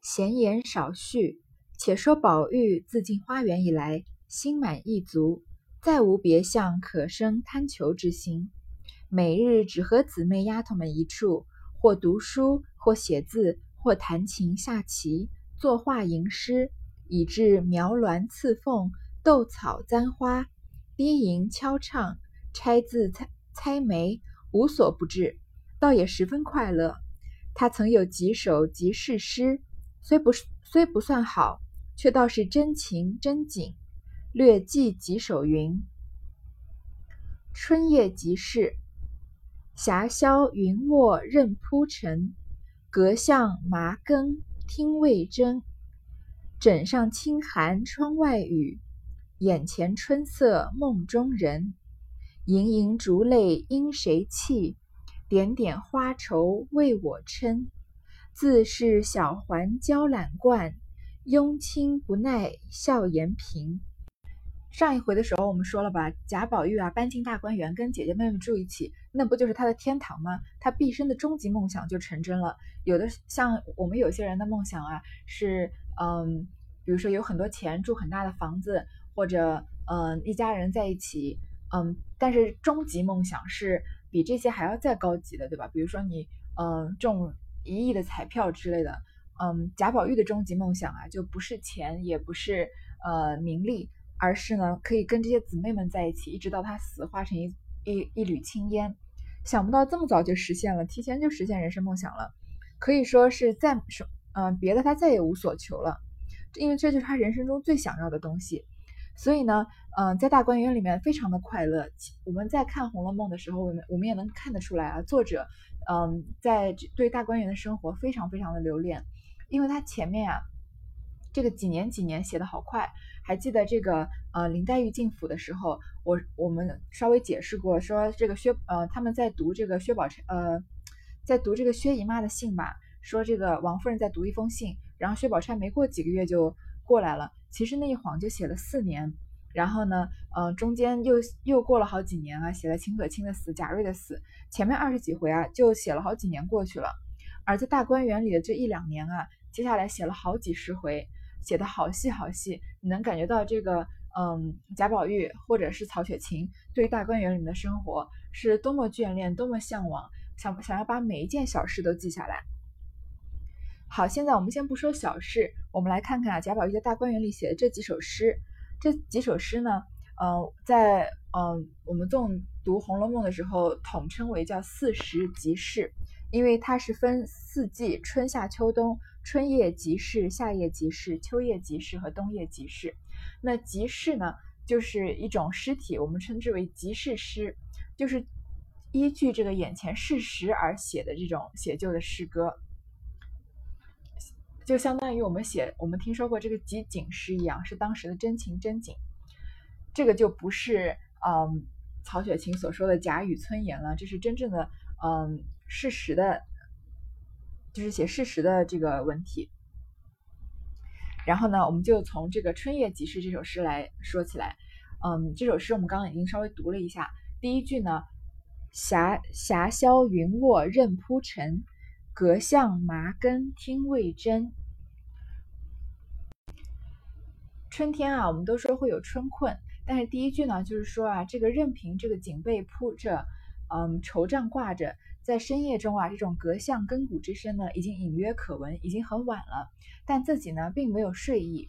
闲言少叙，且说宝玉自进花园以来，心满意足，再无别项可生贪求之心。每日只和姊妹丫头们一处，或读书，或写字，或弹琴下棋，作画吟诗，以致描鸾刺凤，斗草簪花，低吟敲唱，拆字猜眉，无所不至，倒也十分快乐。他曾有几首即事诗，虽不算好，却倒是真情真景。略记几首云：春夜即事，霞霄云卧任铺陈，阁向麻更听未真。枕上清寒窗外雨，眼前春色梦中人。盈盈烛泪因谁泣？点点花愁为我嗔。自是小环娇懒惯，慵轻不耐笑颜频。上一回的时候我们说了吧，贾宝玉搬进大观园跟姐姐妹妹住一起，那不就是他的天堂吗？他毕生的终极梦想就成真了。有的像我们有些人的梦想是比如说有很多钱，住很大的房子，或者一家人在一起，但是终极梦想是比这些还要再高级的，对吧？比如说你中1亿的彩票之类的。贾宝玉的终极梦想就不是钱，也不是名利，而是呢可以跟这些姊妹们在一起，一直到他死，化成一缕青烟。想不到这么早就实现了，提前就实现人生梦想了，可以说是别的他再也无所求了，因为这就是他人生中最想要的东西。所以呢在大观园里面非常的快乐。我们在看《红楼梦》的时候，我们也能看得出来作者在对大观园的生活非常非常的留恋，因为他前面这个几年写得好快。还记得这个林黛玉进府的时候，我们稍微解释过，说这个他们在读这个在读这个薛姨妈的信吧，说这个王夫人在读一封信，然后薛宝钗没过几个月就过来了，其实那一晃就写了4年。然后呢中间又过了好几年写了秦可卿的死，贾瑞的死，前面20几回就写了好几年过去了。而在大观园里的这1-2年接下来写了好几十回，写的好细好细，你能感觉到这个贾宝玉或者是曹雪芹对大观园里面的生活是多么眷恋，多么向往，想要把每一件小事都记下来。好，现在我们先不说小事，我们来看看贾宝玉在大观园里写的这几首诗。这几首诗呢在我们读《红楼梦》的时候统称为叫40即事，因为它是分4季，春夏秋冬，春夜即事，夏夜即事，秋夜即事和冬夜即事。那即事呢就是一种诗体，我们称之为即事诗，就是依据这个眼前事实而写的这种写就的诗歌，就相当于我们听说过这个即景诗一样，是当时的真情真景。这个就不是曹雪芹所说的贾雨村言了，这是真正的事实的，就是写事实的这个文体。然后呢我们就从这个春夜即事这首诗来说起来。这首诗我们刚刚已经稍微读了一下。第一句呢，霞霄云卧任铺陈，阁向麻更听未真。春天我们都说会有春困，但是第一句呢就是说这个任凭这个锦被铺着，绸帐挂着，在深夜中这种阁巷更鼓之声呢已经隐约可闻，已经很晚了，但自己呢并没有睡意。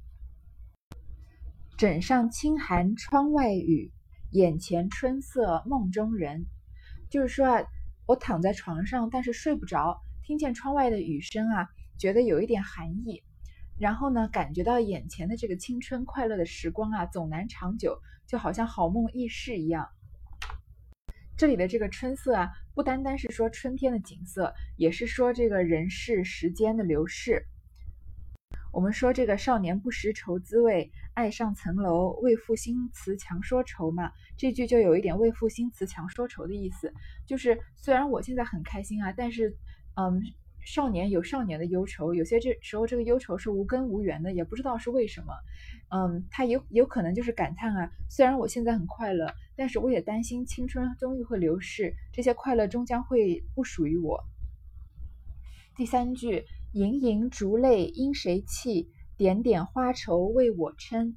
枕上清寒窗外雨，眼前春色梦中人。就是说我躺在床上，但是睡不着，听见窗外的雨声觉得有一点寒意，然后呢感觉到眼前的这个青春快乐的时光总难长久，就好像好梦易逝一样。这里的这个春色不单单是说春天的景色，也是说这个人世时间的流逝。我们说这个少年不识愁滋味，爱上层楼，为赋新词强说愁嘛。这句就有一点为赋新词强说愁的意思，就是虽然我现在很开心但是少年有少年的忧愁，有些时候这个忧愁是无根无源的，也不知道是为什么。他有可能就是感叹虽然我现在很快乐，但是我也担心青春终于会流逝，这些快乐终将会不属于我。第3句， 盈盈竹泪因谁泣？点点花愁为我撑。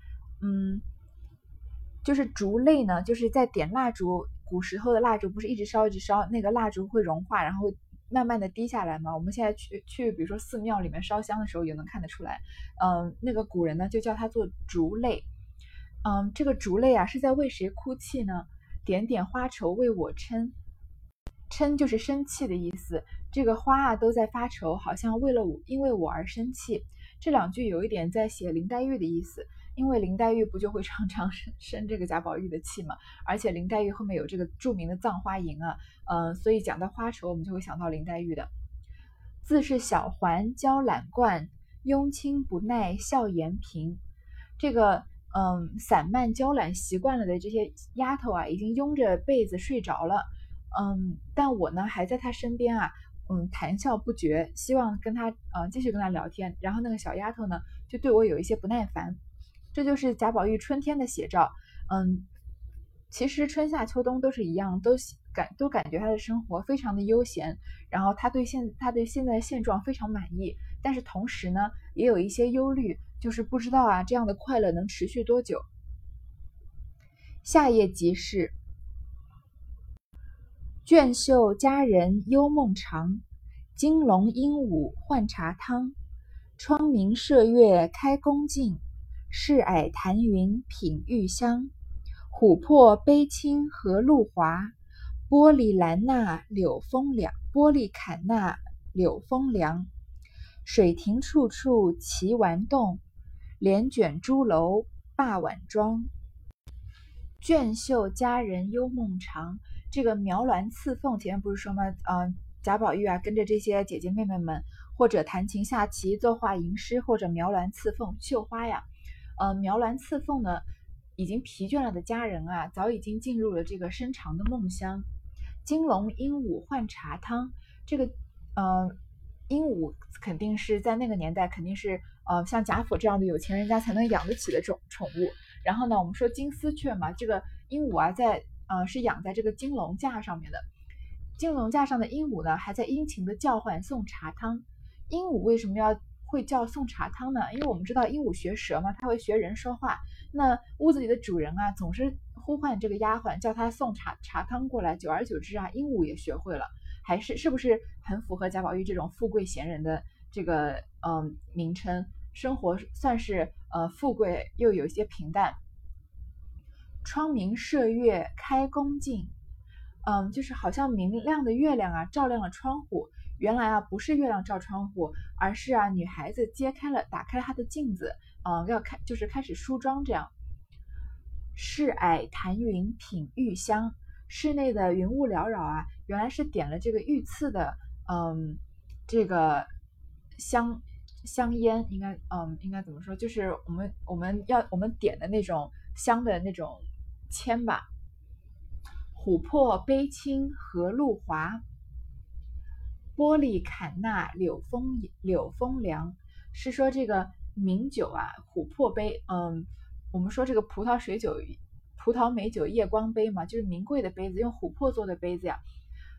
就是竹泪呢，就是在点蜡烛，古时候的蜡烛不是一直烧一直烧，那个蜡烛会融化，然后慢慢的滴下来嘛。我们现在去比如说寺庙里面烧香的时候也能看得出来。那个古人呢就叫它做竹泪。这个竹泪啊是在为谁哭泣呢？点点花愁为我撑。嗔就是生气的意思，这个花啊都在发愁，好像因为我而生气。这两句有一点在写林黛玉的意思，因为林黛玉不就会常常生这个贾宝玉的气嘛，而且林黛玉后面有这个著名的葬花吟啊，所以讲到花愁，我们就会想到林黛玉的。自是小环娇懒惯，慵轻不耐笑颜频。这个散漫娇懒习惯了的这些丫头啊，已经拥着被子睡着了。但我呢还在她身边啊，谈笑不绝，希望跟她继续跟她聊天。然后那个小丫头呢，就对我有一些不耐烦。这就是贾宝玉春天的写照。其实春夏秋冬都是一样，都感觉他的生活非常的悠闲，然后他对现在的现状非常满意，但是同时呢，也有一些忧虑，就是不知道啊这样的快乐能持续多久。夏夜即事。卷袖佳人幽梦长，金笼鹦鹉换茶汤。窗明射月开宫镜，试霭檀云品玉香。琥珀杯清荷露华，玻璃兰纳柳风凉。水亭处处奇玩动，帘卷朱楼罢晚妆。卷袖佳人幽梦长，这个描鸾刺凤前面不是说吗？贾宝玉啊跟着这些姐姐妹妹们，或者弹琴下棋、作画吟诗，或者描鸾刺凤绣花呀。描鸾刺凤呢，已经疲倦了的佳人啊，早已经进入了这个深长的梦乡。金笼鹦鹉换茶汤，这个鹦鹉肯定是在那个年代，肯定是像贾府这样的有钱人家才能养得起的宠物。然后呢，我们说金丝雀嘛，这个鹦鹉啊，是养在这个金笼架上面的。金笼架上的鹦鹉呢，还在殷勤的叫唤送茶汤。鹦鹉为什么会叫送茶汤呢？因为我们知道鹦鹉学舌嘛，它会学人说话。那屋子里的主人啊，总是呼唤这个丫鬟，叫她送茶汤过来。久而久之啊，鹦鹉也学会了，是不是很符合贾宝玉这种富贵闲人的这个名称？生活算是富贵又有一些平淡。窗明射月开宫镜，就是好像明亮的月亮啊照亮了窗户。原来啊不是月亮照窗户，而是啊女孩子打开了她的镜子，就是开始梳妆这样。试霭檀云品玉香，室内的云雾缭绕啊，原来是点了这个御赐的这个香烟，应该怎么说？就是我们点的那种香的那种签吧。琥珀杯清荷露华，玻璃坎纳柳风凉。是说这个名酒啊，琥珀杯，我们说这个葡萄美酒夜光杯嘛，就是名贵的杯子，用琥珀做的杯子呀。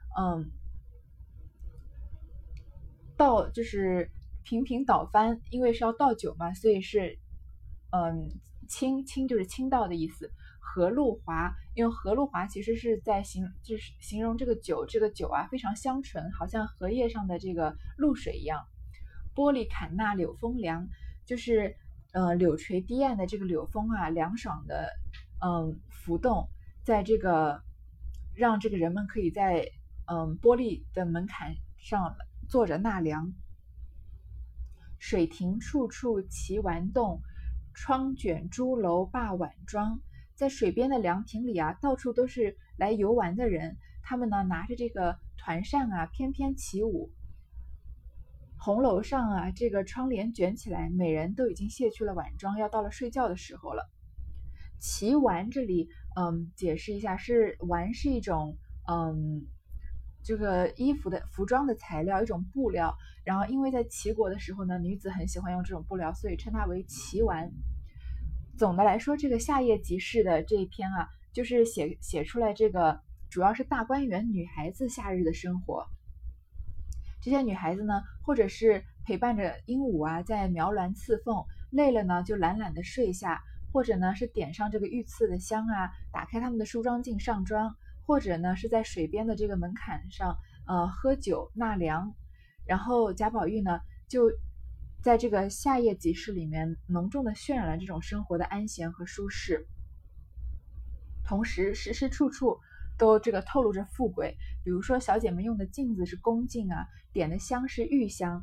就是频频倒翻，因为是要倒酒嘛，所以是清就是清倒的意思。荷露华，因为荷露华其实是在就是形容这个酒啊非常香醇，好像荷叶上的这个露水一样。玻璃坎纳柳风凉，就是柳垂堤岸的这个柳风啊，凉爽的浮动，在这个让这个人们可以在玻璃的门槛上坐着纳凉。水亭处处奇玩动，窗卷朱楼罢晚妆。在水边的凉亭里啊，到处都是来游玩的人，他们呢拿着这个团扇啊，翩翩起舞。红楼上啊，这个窗帘卷起来，美人都已经卸去了晚妆，要到了睡觉的时候了。奇玩这里，解释一下，玩是一种这个服装的材料，一种布料。然后因为在齐国的时候呢，女子很喜欢用这种布料，所以称它为奇玩。总的来说，这个夏夜即事的这一篇啊，就是写出来这个主要是大观园女孩子夏日的生活。这些女孩子呢，或者是陪伴着鹦鹉啊在描鸾刺凤，累了呢就懒懒的睡下，或者呢是点上这个御赐的香啊，打开他们的梳妆镜上妆，或者呢是在水边的这个门槛上喝酒纳凉。然后贾宝玉呢就在这个夏夜集市里面浓重的渲染了这种生活的安闲和舒适，同时时时处处都这个透露着富贵。比如说小姐们用的镜子是宫镜啊，点的香是玉香，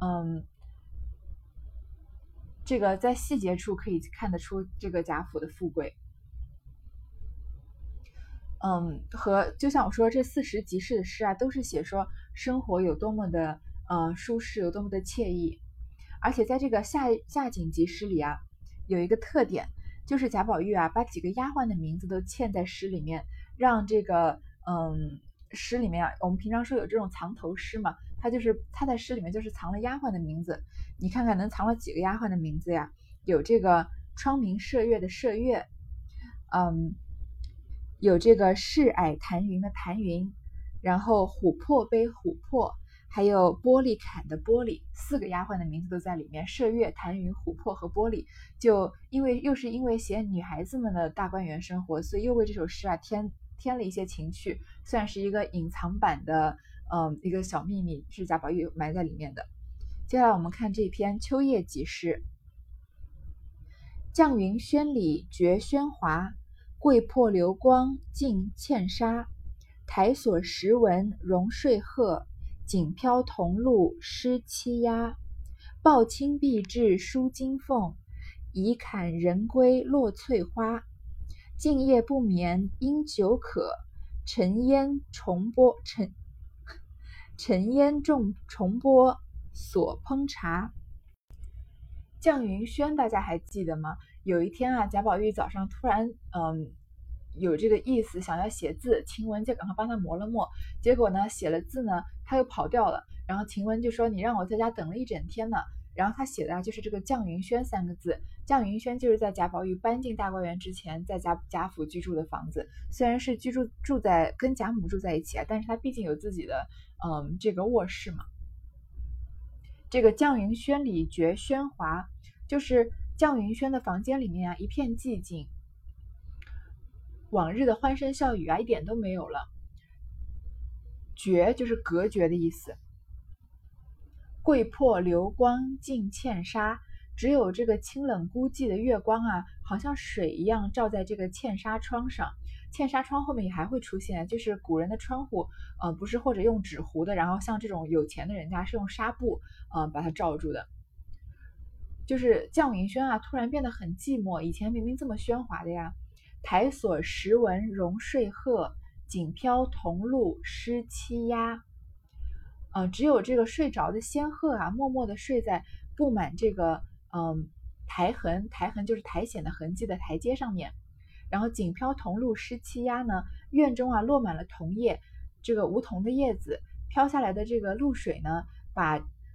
这个在细节处可以看得出这个贾府的富贵。和就像我说，这40集市的诗啊，都是写说生活有多么的舒适，有多么的惬意。而且在这个夏景集诗里啊，有一个特点，就是贾宝玉啊把几个丫鬟的名字都嵌在诗里面，让这个诗里面啊，我们平常说有这种藏头诗嘛，他在诗里面就是藏了丫鬟的名字。你看看能藏了几个丫鬟的名字呀？有这个窗明麝月的麝月，有这个世霭谈云的谈云，然后琥珀杯琥珀，还有玻璃坎的玻璃，4个丫鬟的名字都在里面。麝月、谈云、琥珀和玻璃，就因为写女孩子们的大观园生活，所以又为这首诗啊添了一些情趣，算是一个隐藏版的一个小秘密，是贾宝玉埋在里面的。接下来我们看这篇秋夜集诗。绛云轩里绝喧哗，桂魄流光尽茜纱。台锁时闻荣睡鹤，锦飘桐路湿栖鸦。抱青壁质疏金凤，倚槛人归落翠花。静夜不眠因酒渴，沉烟重播所烹茶。绛云轩大家还记得吗？有一天啊，贾宝玉早上突然有这个意思，想要写字，晴雯就赶快帮他磨了墨。结果呢，写了字呢，他又跑掉了。然后晴雯就说：“你让我在家等了一整天呢。”然后他写的就是这个绛云轩3个字。绛云轩就是在贾宝玉搬进大观园之前，在贾府居住的房子。虽然是跟贾母住在一起啊，但是他毕竟有自己的这个卧室嘛。这个绛云轩里绝喧哗，就是绛云轩的房间里面啊，一片寂静，往日的欢声笑语啊，一点都没有了。绝就是隔绝的意思。桂魄流光尽茜纱，只有这个清冷孤寂的月光啊，好像水一样照在这个茜纱窗上。茜纱窗后面也还会出现，就是古人的窗户，不是或者用纸糊的，然后像这种有钱的人家是用纱布，把它罩住的。就是绛云轩啊，突然变得很寂寞，以前明明这么喧哗的呀。台锁时闻荣睡鹤，锦飘桐路湿栖鸦。只有这个睡着的仙鹤啊，默默地睡在布满这个苔痕就是苔藓的痕迹的台阶上面。然后锦飘桐路湿栖鸦呢，院中啊落满了桐叶，这个梧桐的叶子飘下来的这个露水呢，把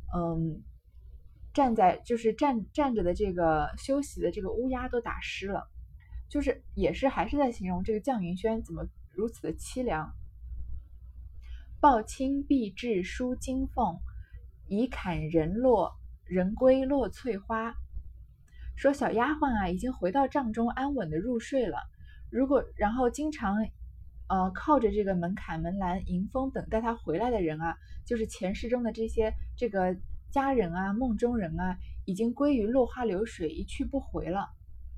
站着的这个休息的这个乌鸦都打湿了。就是还是在形容这个绛云轩怎么如此的凄凉。抱青壁质疏金凤，倚槛人归落翠花。说小丫鬟啊已经回到帐中安稳的入睡了，然后经常靠着这个门槛门栏迎风等待他回来的人啊，就是前世中的这个佳人啊梦中人啊，已经归于落花流水，一去不回了。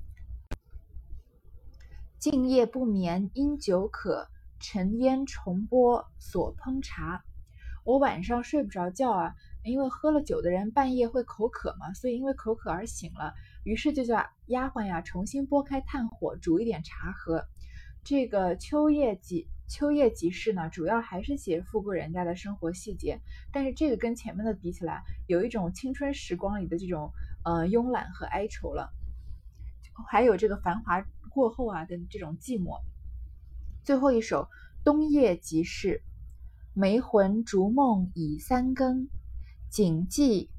静夜不眠因酒渴，沉烟重播所烹茶。我晚上睡不着觉啊，因为喝了酒的人半夜会口渴嘛，所以因为口渴而醒了，于是就叫丫鬟呀重新拨开炭火煮一点茶喝。这个秋夜集市呢，主要还是写富贵人家的生活细节，但是这个跟前面的比起来，有一种青春时光里的这种慵懒和哀愁了，还有这个繁华过后啊的这种寂寞。最后一首冬夜集市。梅魂逐梦已3更，谨记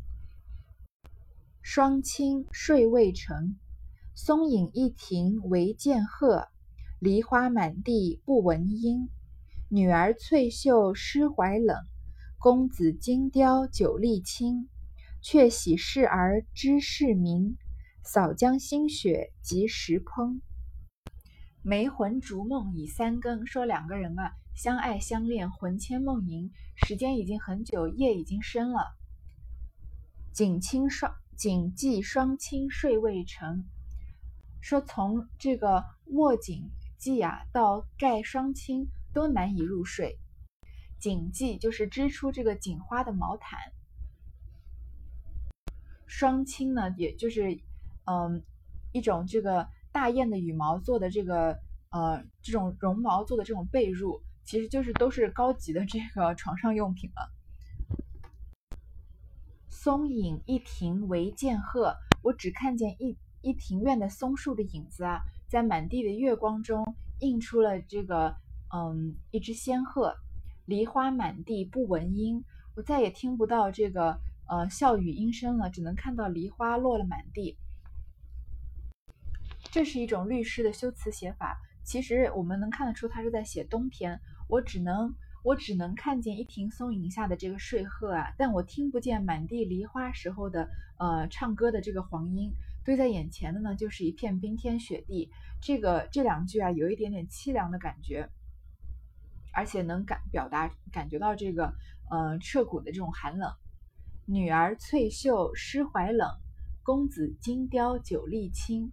双亲睡未成。松影一庭唯见鹤，梨花满地不闻莺。女儿翠袖湿怀冷，公子金貂酒力轻。 却喜视而知世明，扫将心血及时烹。梅魂逐梦已三更，说两个人啊相爱相恋，魂牵梦萦，时间已经很久，夜已经深了。谨记双亲睡未成，说从这个握锦记啊到盖双亲都难以入睡。锦记就是织出这个锦花的毛毯，双亲呢也就是一种这个大雁的羽毛做的这种绒毛做的这种被褥，其实就是都是高级的这个床上用品了。松影一庭唯见鹤，我只看见一庭院的松树的影子啊，在满地的月光中映出了这个一只仙鹤。梨花满地不闻莺，我再也听不到这个笑语莺声了，只能看到梨花落了满地。这是一种律诗的修辞写法，其实我们能看得出他是在写冬天。我只能看见一庭松影下的这个睡鹤啊，但我听不见满地梨花时候的唱歌的这个黄莺。堆在眼前的呢，就是一片冰天雪地。这两句啊，有一点点凄凉的感觉，而且能感觉到这个彻骨的这种寒冷。女儿翠袖湿怀冷，公子金貂酒力轻。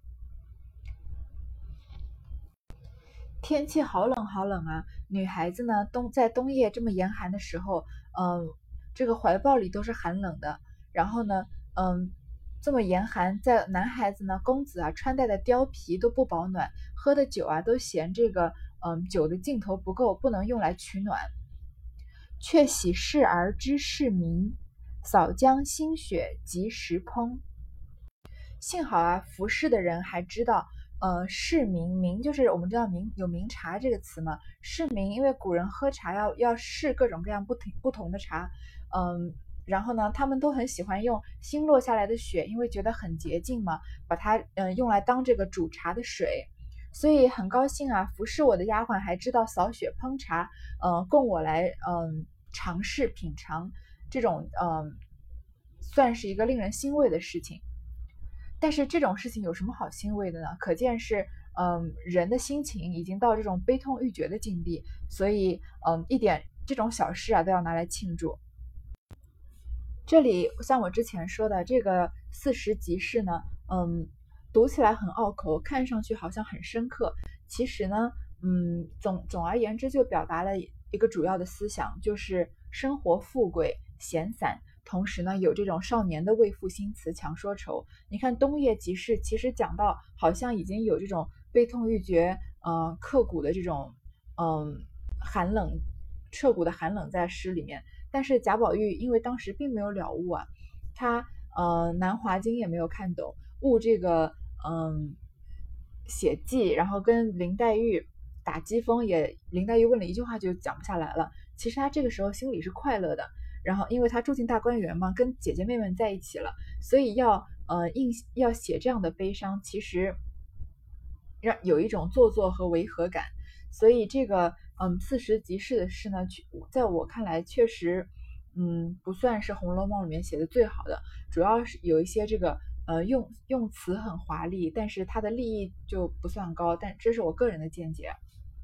天气好冷好冷啊！女孩子呢，在冬夜这么严寒的时候，这个怀抱里都是寒冷的。然后呢，这么严寒，在男孩子呢，公子啊，穿戴的貂皮都不保暖，喝的酒啊，都嫌这个酒的劲头不够，不能用来取暖。却喜视而知世明，扫将心血及时烹。幸好啊，服侍的人还知道。市民就是我们知道有茗茶这个词嘛，市民因为古人喝茶要试各种各样不同的茶，然后呢，他们都很喜欢用新落下来的雪，因为觉得很洁净嘛，把它用来当这个煮茶的水，所以很高兴啊，服侍我的丫鬟还知道扫雪烹茶，供我来尝试品尝，这种算是一个令人欣慰的事情。但是这种事情有什么好欣慰的呢？可见是，人的心情已经到这种悲痛欲绝的境地，所以，一点这种小事啊都要拿来庆祝。这里像我之前说的这个四时即事呢，读起来很拗口，看上去好像很深刻，其实呢，总而言之就表达了一个主要的思想，就是生活富贵闲散。同时呢，有这种少年的为赋新词强说愁。你看冬夜即事，其实讲到好像已经有这种悲痛欲绝、刻骨的这种寒冷、彻骨的寒冷在诗里面。但是贾宝玉因为当时并没有了悟啊，他南华经也没有看懂，悟这个写记，然后跟林黛玉打机锋林黛玉问了一句话就讲不下来了。其实他这个时候心里是快乐的。然后，因为他住进大观园嘛，跟姐姐妹们在一起了，所以要写这样的悲伤，其实有一种做作和违和感。所以这个四时即事的诗呢，在我看来确实不算是《红楼梦》里面写的最好的，主要是有一些这个用词很华丽，但是它的立意就不算高，但这是我个人的见解。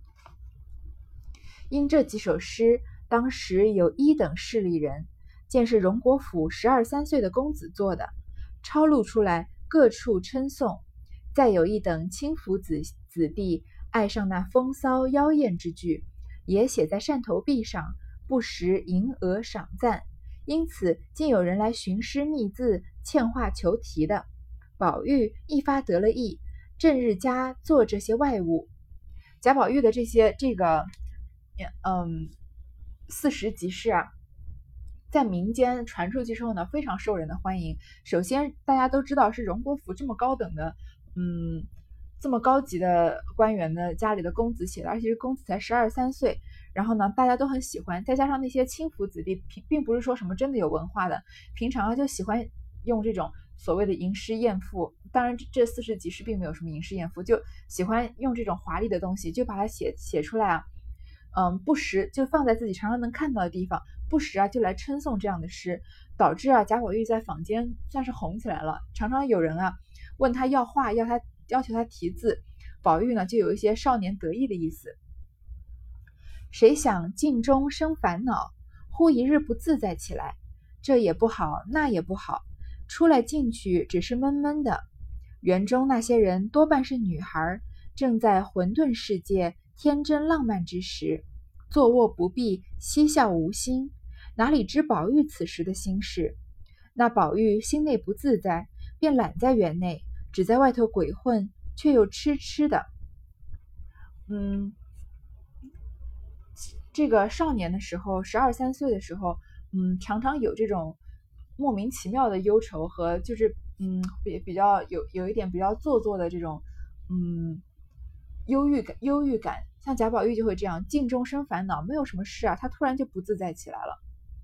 因这几首诗。当时有一等势利人，见是荣国府12、13岁的公子做的，抄录出来，各处称颂。再有一等轻浮子弟，爱上那风骚妖艳之句，也写在扇头壁上，不时吟额赏赞。因此，竟有人来寻诗觅字，欠画求题的。宝玉一发得了意，正日家做这些外物。贾宝玉的四时即事啊，在民间传出去之后呢，非常受人的欢迎。首先，大家都知道是荣国府这么高等的，这么高级的官员的家里的公子写的，而且是公子才12、13岁。然后呢，大家都很喜欢。再加上那些轻浮子弟，并不是说什么真的有文化的，平常就喜欢用这种所谓的吟诗艳赋。当然，这四时即事并没有什么吟诗艳赋，就喜欢用这种华丽的东西，就把它写出来啊。不时就放在自己常常能看到的地方， 不时啊就来称颂这样的诗，导致啊贾宝玉在坊间算是红起来了。常常有人啊问他要画，要求他题字，宝玉呢就有一些少年得意的意思。谁想境中生烦恼，忽一日不自在起来，这也不好，那也不好，出来进去只是闷闷的。园中那些人多半是女孩，正在混沌世界天真浪漫之时，坐卧不避，嬉笑无心，哪里知宝玉此时的心事？那宝玉心内不自在，便懒在园内，只在外头鬼混，却又痴痴的。这个少年的时候，12、13岁的时候，常常有这种莫名其妙的忧愁和就是比较有一点比较做作的这种忧郁感。像贾宝玉就会这样，境中生烦恼，没有什么事啊，他突然就不自在起来了。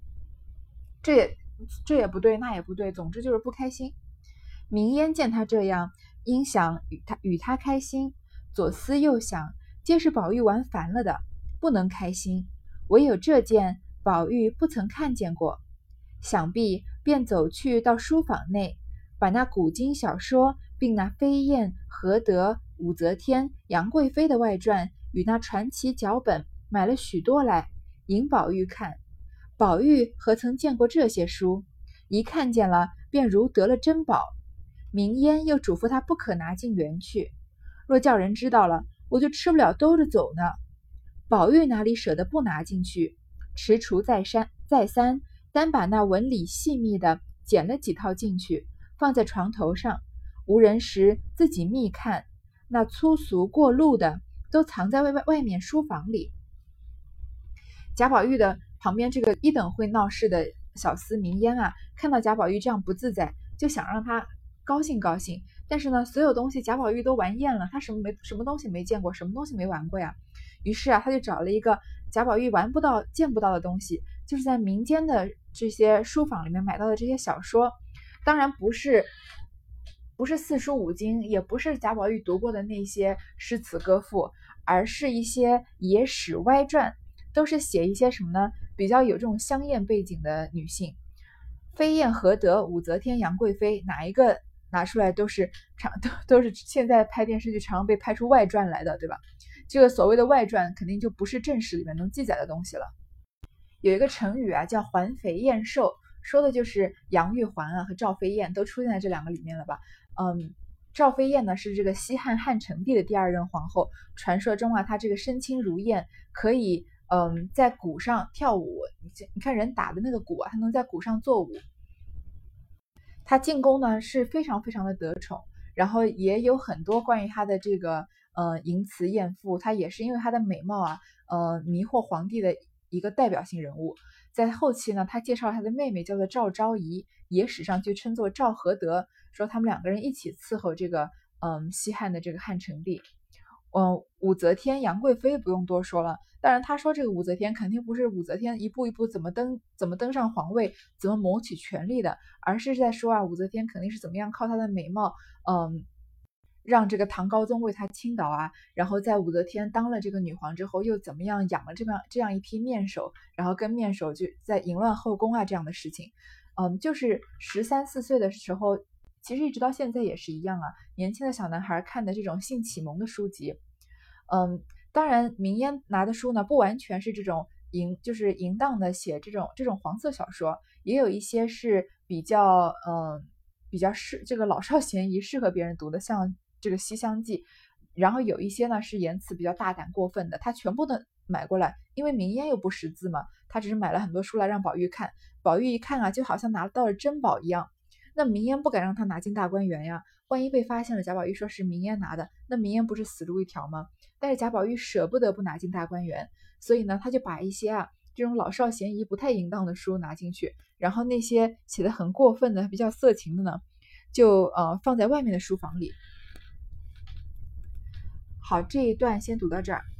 这也不对，那也不对，总之就是不开心。明烟见他这样，因想与他开心，左思右想，皆是宝玉玩烦了的，不能开心。唯有这件宝玉不曾看见过，想必便走去到书房内，把那古今小说并那飞燕、何德、武则天、杨贵妃的外传与那传奇脚本买了许多来，引宝玉看。宝玉何曾见过这些书，一看见了便如得了珍宝。明烟又嘱咐他不可拿进园去，若叫人知道了，我就吃不了兜着走呢。宝玉哪里舍得不拿进去，踟蹰再三，单把那纹理细密的捡了几套进去，放在床头上，无人时自己密看，那粗俗过路的都藏在外面书房里。贾宝玉的旁边这个一等会闹事的小厮明烟啊，看到贾宝玉这样不自在，就想让他高兴高兴，但是呢，所有东西贾宝玉都玩厌了，他什么东西没见过，什么东西没玩过呀？于是啊，他就找了一个贾宝玉玩不到、见不到的东西，就是在民间的这些书坊里面买到的这些小说，当然不是四书五经，也不是贾宝玉读过的那些诗词歌赋，而是一些野史歪传，都是写一些什么呢？比较有这种香艳背景的女性，飞燕、何德、武则天、杨贵妃，哪一个拿出来都是现在拍电视剧常常被拍出外传来的，对吧？这个所谓的外传肯定就不是正史里面能记载的东西了。有一个成语啊，叫环肥燕瘦，说的就是杨玉环啊和赵飞燕都出现在这两个里面了吧？赵飞燕呢是这个西汉汉成帝的第2任皇后，传说中啊，她这个身轻如燕，可以在鼓上跳舞。你看人打的那个鼓啊，她能在鼓上作舞。她进宫呢是非常非常的得宠，然后也有很多关于她的这个淫词艳赋。她也是因为她的美貌啊，迷惑皇帝的一个代表性人物。在后期呢，她介绍她的妹妹叫做赵昭仪，野史上就称作赵合德，说他们2个人一起伺候这个西汉的这个汉成帝。武则天、杨贵妃不用多说了，当然他说这个武则天肯定不是武则天一步一步怎么登上皇位，怎么谋取权力的，而是在说啊，武则天肯定是怎么样靠她的美貌，让这个唐高宗为她倾倒啊，然后在武则天当了这个女皇之后，又怎么样养了这样一批面首，然后跟面首就在淫乱后宫啊这样的事情，就是13、14岁的时候。其实一直到现在也是一样啊，年轻的小男孩看的这种性启蒙的书籍，当然明烟拿的书呢，不完全是这种淫荡的写这种黄色小说，也有一些是比较这个老少咸宜，适合别人读的，像这个《西厢记》，然后有一些呢是言辞比较大胆过分的，他全部都买过来，因为明烟又不识字嘛，他只是买了很多书来让宝玉看，宝玉一看啊，就好像拿到了珍宝一样。那明烟不敢让他拿进大观园呀，万一被发现了，贾宝玉说是明烟拿的，那明烟不是死路一条吗？但是贾宝玉舍不得不拿进大观园，所以呢，他就把一些这种老少咸宜、不太淫荡的书拿进去，然后那些写的很过分的、比较色情的呢，就放在外面的书房里。好，这一段先读到这儿。